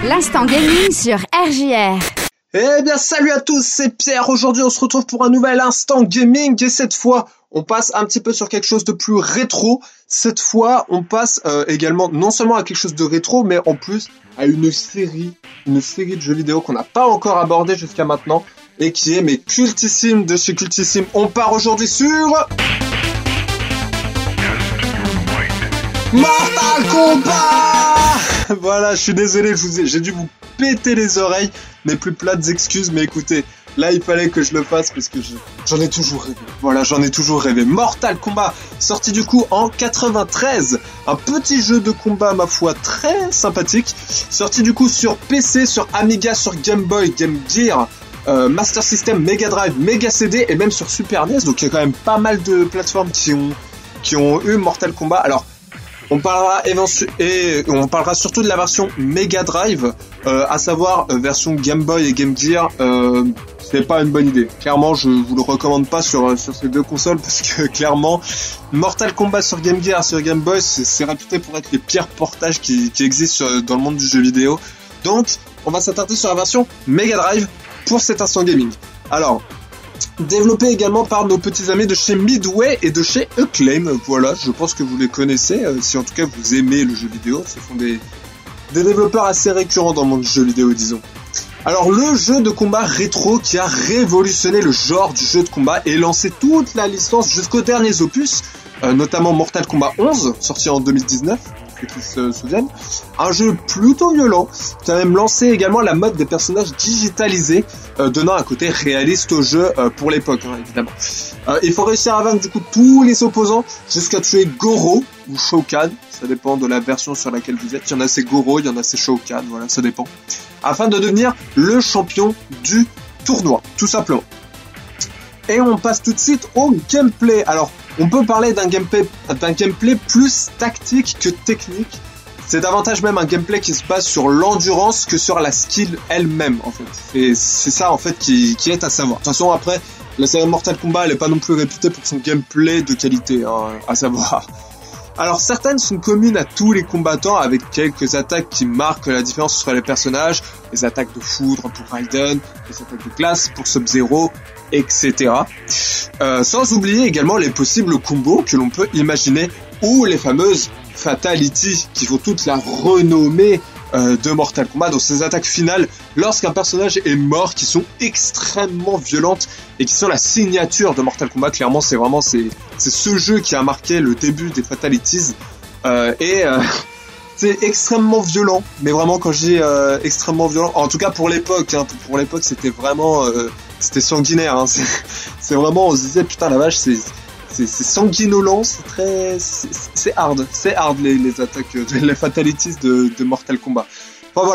L'instant gaming sur RJR. Eh bien salut à tous, c'est Pierre. Aujourd'hui on se retrouve pour un nouvel instant gaming et cette fois on passe un petit peu sur quelque chose de plus rétro. Cette fois on passe également non seulement à quelque chose de rétro mais en plus à une série de jeux vidéo qu'on n'a pas encore abordé jusqu'à maintenant et qui est mes cultissimes de chez Cultissime. On part aujourd'hui sur Mortal Kombat. Voilà, je suis désolé, j'ai dû vous péter les oreilles, mes plus plates excuses, mais écoutez, là il fallait que je le fasse parce que j'en ai toujours rêvé. Voilà, j'en ai toujours rêvé. Mortal Kombat, sorti du coup en 93, un petit jeu de combat ma foi très sympathique, sorti du coup sur PC, sur Amiga, sur Game Boy, Game Gear, Master System, Mega Drive, Mega CD et même sur Super NES, donc il y a quand même pas mal de plateformes qui ont eu Mortal Kombat. Alors, on parlera surtout de la version Mega Drive, à savoir version Game Boy et Game Gear. C'est pas une bonne idée. Clairement, je vous le recommande pas sur ces deux consoles parce que clairement, Mortal Kombat sur Game Gear, sur Game Boy, c'est réputé pour être les pires portages qui existent dans le monde du jeu vidéo. Donc, on va s'attarder sur la version Mega Drive pour cet instant gaming. Alors, développé également par nos petits amis de chez Midway et de chez Acclaim. Voilà, je pense que vous les connaissez, si en tout cas vous aimez le jeu vidéo. Ce sont des développeurs assez récurrents dans le monde du jeu vidéo, disons. Alors, le jeu de combat rétro qui a révolutionné le genre du jeu de combat et lancé toute la licence jusqu'aux derniers opus, notamment Mortal Kombat 11, sorti en 2019, pour ceux qui se souviennent. Un jeu plutôt violent, qui a même lancé également la mode des personnages digitalisés, donnant un côté réaliste au jeu pour l'époque, hein, évidemment. Il faut réussir à vaincre du coup tous les opposants jusqu'à tuer Goro ou Shao Kahn, ça dépend de la version sur laquelle vous êtes. Il y en a c'est Goro, il y en a c'est Shao Kahn, voilà, ça dépend. Afin de devenir le champion du tournoi, tout simplement. Et on passe tout de suite au gameplay. Alors, on peut parler d'un gameplay plus tactique que technique. C'est davantage même un gameplay qui se base sur l'endurance que sur la skill elle-même, en fait. C'est ça, en fait, qui est à savoir. De toute façon, après, la série Mortal Kombat, elle est pas non plus réputée pour son gameplay de qualité, hein, à savoir. Alors, certaines sont communes à tous les combattants avec quelques attaques qui marquent la différence entre les personnages, les attaques de foudre pour Raiden, les attaques de glace pour Sub-Zero, etc. Sans oublier également les possibles combos que l'on peut imaginer ou les fameuses Fatality qui font toute la renommée de Mortal Kombat dans ces attaques finales lorsqu'un personnage est mort, qui sont extrêmement violentes et qui sont la signature de Mortal Kombat. Clairement, c'est ce jeu qui a marqué le début des Fatalities c'est extrêmement violent, mais vraiment quand je dis extrêmement violent, en tout cas pour l'époque, hein, pour l'époque c'était vraiment c'était sanguinaire, hein, c'est vraiment, on se disait putain la vache, c'est sanguinolent, c'est hard les attaques, les fatalities de Mortal Kombat. Enfin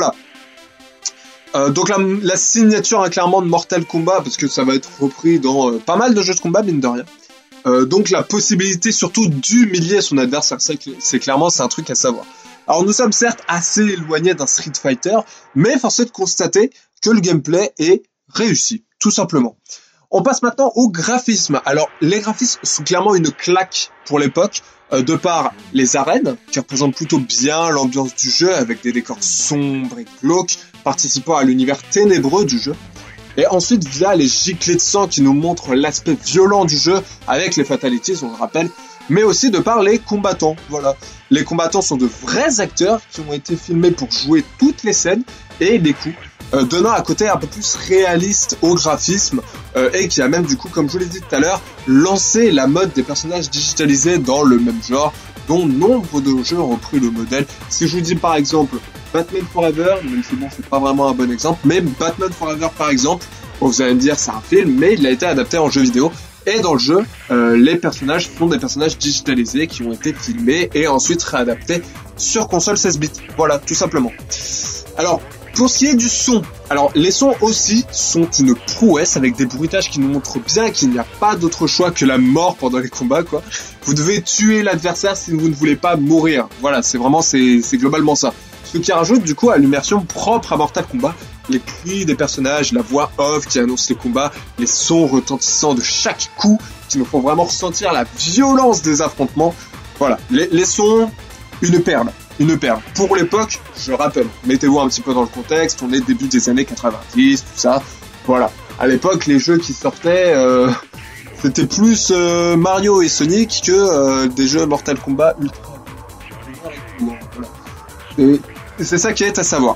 voilà. Donc la signature hein, clairement de Mortal Kombat, parce que ça va être repris dans pas mal de jeux de combat mine de rien. Donc la possibilité surtout d'humilier son adversaire, c'est clairement c'est un truc à savoir. Alors nous sommes certes assez éloignés d'un Street Fighter, mais force est de constater que le gameplay est réussi, tout simplement. On passe maintenant au graphisme. Alors, les graphismes sont clairement une claque pour l'époque, de par les arènes, qui représentent plutôt bien l'ambiance du jeu, avec des décors sombres et glauques, participant à l'univers ténébreux du jeu. Et ensuite, via les giclées de sang qui nous montrent l'aspect violent du jeu, avec les fatalities, on le rappelle, mais aussi de par les combattants. Voilà. Les combattants sont de vrais acteurs qui ont été filmés pour jouer toutes les scènes et les coups, donnant un côté un peu plus réaliste au graphisme et qui a même du coup, comme je vous l'ai dit tout à l'heure, lancé la mode des personnages digitalisés dans le même genre, dont nombre de jeux ont repris le modèle. Si je vous dis par exemple Batman Forever, même si bon c'est pas vraiment un bon exemple, mais Batman Forever par exemple, vous allez me dire c'est un film, mais il a été adapté en jeu vidéo. Et dans le jeu, les personnages sont des personnages digitalisés qui ont été filmés et ensuite réadaptés sur console 16 bits. Voilà, tout simplement. Alors, pour ce qui est du son, alors les sons aussi sont une prouesse avec des bruitages qui nous montrent bien qu'il n'y a pas d'autre choix que la mort pendant les combats, quoi. Vous devez tuer l'adversaire si vous ne voulez pas mourir. Voilà, c'est globalement ça. Ce qui rajoute du coup à l'immersion propre à Mortal Kombat. Les cris des personnages, la voix off qui annonce les combats, les sons retentissants de chaque coup qui nous font vraiment ressentir la violence des affrontements. Voilà, les sons, une perle. une perle. Pour l'époque, je rappelle, mettez-vous un petit peu dans le contexte, on est début des années 90, tout ça. Voilà. À l'époque, les jeux qui sortaient, c'était plus Mario et Sonic que des jeux Mortal Kombat ultra. Voilà. Et c'est ça qui est à savoir.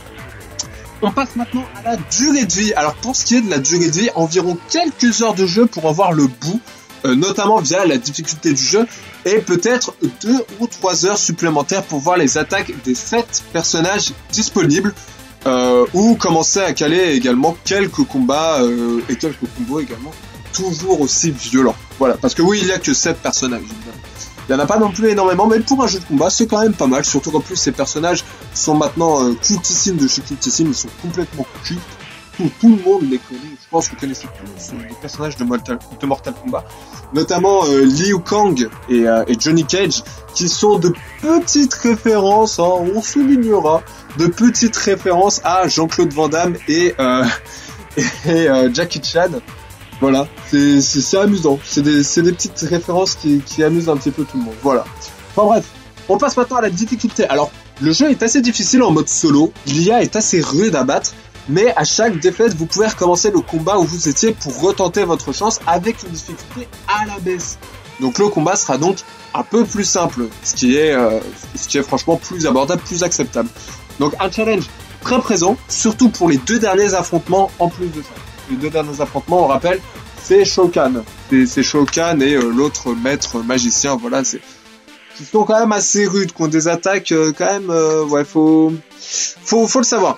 On passe maintenant à la durée de vie. Alors pour ce qui est de la durée de vie, environ quelques heures de jeu pour en voir le bout, notamment via la difficulté du jeu, et peut-être 2 ou 3 heures supplémentaires pour voir les attaques des 7 personnages disponibles, ou commencer à caler également quelques combats et quelques combos également, toujours aussi violents. Voilà, parce que oui, il n'y a que 7 personnages. Il n'y en a pas non plus énormément, mais pour un jeu de combat, c'est quand même pas mal, surtout qu'en plus ces personnages sont maintenant cultissimes de chez cultissimes, ils sont complètement cultes. Tout le monde les connaît, je pense que vous connaissez tous les personnages de Mortal Kombat, notamment Liu Kang et Johnny Cage, qui sont de petites références, hein, on soulignera, de petites références à Jean-Claude Van Damme et Jackie Chan. Voilà, c'est amusant, c'est des petites références qui amusent un petit peu tout le monde, voilà. Enfin bref, on passe maintenant à la difficulté. Alors, le jeu est assez difficile en mode solo, l'IA est assez rude à battre, mais à chaque défaite, vous pouvez recommencer le combat où vous étiez pour retenter votre chance avec une difficulté à la baisse. Donc le combat sera donc un peu plus simple, ce qui est franchement plus abordable, plus acceptable. Donc un challenge très présent, surtout pour les 2 derniers affrontements en plus de ça. Les 2 derniers affrontements, on rappelle, c'est Shao Kahn. C'est Shao Kahn et l'autre maître magicien, voilà, qui sont quand même assez rudes, qui ont des attaques quand même, ouais, faut le savoir,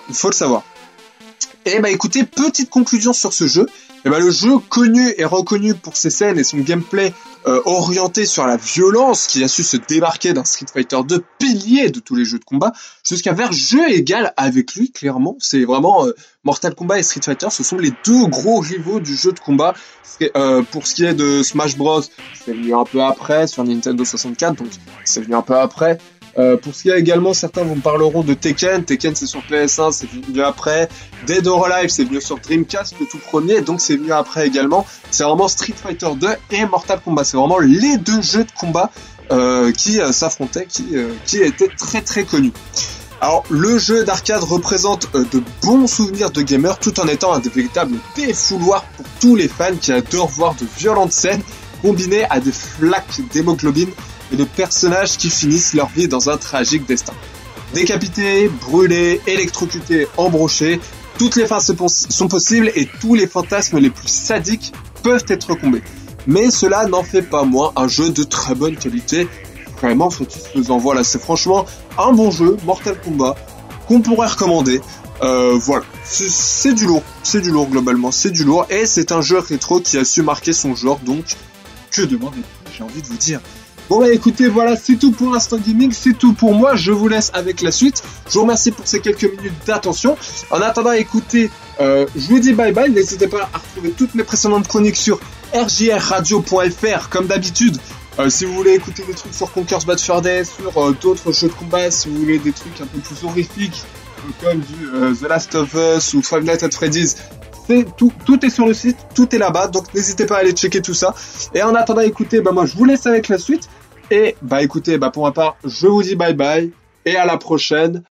Et bah écoutez, petite conclusion sur ce jeu. Et bah le jeu connu et reconnu pour ses scènes et son gameplay orienté sur la violence, qui a su se démarquer d'un Street Fighter 2 pilier de tous les jeux de combat, jusqu'à faire jeu égal avec lui, clairement. C'est vraiment Mortal Kombat et Street Fighter, ce sont les 2 gros rivaux du jeu de combat. Pour ce qui est de Smash Bros, c'est venu un peu après sur Nintendo 64, donc c'est venu un peu après. Pour ce qui est également, certains vous me parleront de Tekken c'est sur PS1, c'est venu après. Dead or Alive, c'est venu sur Dreamcast, le tout premier, donc c'est venu après également. C'est vraiment Street Fighter 2 et Mortal Kombat, c'est vraiment les 2 jeux de combat qui s'affrontaient, qui étaient très très connus. Alors, le jeu d'arcade représente de bons souvenirs de gamers, tout en étant un véritable défouloir pour tous les fans qui adorent voir de violentes scènes combinées à des flaques d'hémoglobine et de personnages qui finissent leur vie dans un tragique destin. Décapités, brûlés, électrocutés, embrochés, toutes les fins sont possibles et tous les fantasmes les plus sadiques peuvent être comblés. Mais cela n'en fait pas moins un jeu de très bonne qualité, vraiment satisfaisant. Voilà, c'est franchement un bon jeu, Mortal Kombat, qu'on pourrait recommander. Voilà, c'est du lourd globalement, c'est du lourd, et c'est un jeu rétro qui a su marquer son genre, donc que demander, j'ai envie de vous dire. Bon bah écoutez, voilà, c'est tout pour Instant Gaming, c'est tout pour moi, je vous laisse avec la suite. Je vous remercie pour ces quelques minutes d'attention. En attendant, écoutez, je vous dis bye bye, n'hésitez pas à retrouver toutes mes précédentes chroniques sur rjrradio.fr comme d'habitude. Si vous voulez écouter des trucs sur Conker's Bad Fur Day, sur d'autres jeux de combat, si vous voulez des trucs un peu plus horrifiques, comme du The Last of Us ou Five Nights at Freddy's, c'est tout est sur le site, tout est là-bas, donc n'hésitez pas à aller checker tout ça. Et en attendant, écoutez, bah moi je vous laisse avec la suite. Et bah écoutez, bah pour ma part, je vous dis bye bye et à la prochaine.